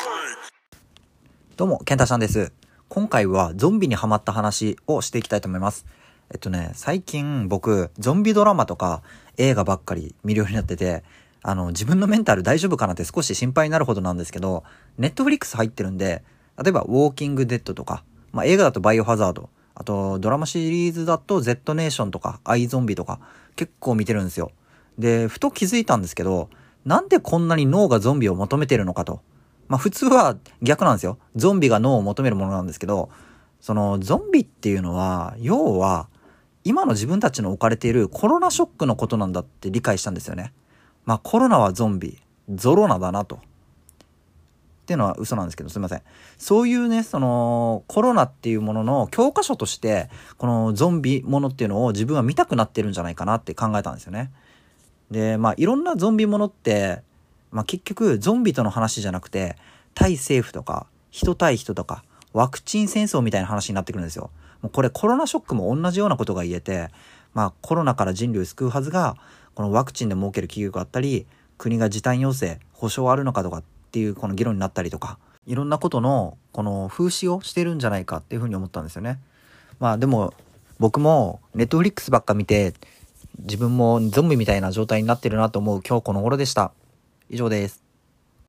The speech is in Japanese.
どうも、ケンタシャンです。今回はゾンビにハマった話をしていきたいと思います。最近僕、ゾンビドラマとか映画ばっかり見るようになってて、自分のメンタル大丈夫かなって少し心配になるほどなんですけど、ネットフリックス入ってるんで、例えばウォーキングデッドとか、映画だとバイオハザード、あとドラマシリーズだと Z ネーションとかアイゾンビとか結構見てるんですよ。で、ふと気づいたんですけど、なんでこんなに脳がゾンビを求めてるのかと。普通は逆なんですよ。ゾンビが脳を求めるものなんですけど、そのゾンビっていうのは、要は、今の自分たちの置かれているコロナショックのことなんだって理解したんですよね。コロナはゾンビ、ゾロナだなと。っていうのは嘘なんですけど、すいません。そういうね、そのコロナっていうものの教科書として、このゾンビものっていうのを自分は見たくなってるんじゃないかなって考えたんですよね。で、いろんなゾンビものって、結局ゾンビとの話じゃなくて、対政府とか、人対人とか、ワクチン戦争みたいな話になってくるんですよ。もうこれコロナショックも同じようなことが言えて、コロナから人類を救うはずが、このワクチンで儲ける企業があったり、国が時短要請、保証あるのかとかっていうこの議論になったりとか、いろんなことのこの風刺をしてるんじゃないかっていうふうに思ったんですよね。でも僕もネットフリックスばっか見て、自分もゾンビみたいな状態になってるなと思う今日この頃でした。以上です。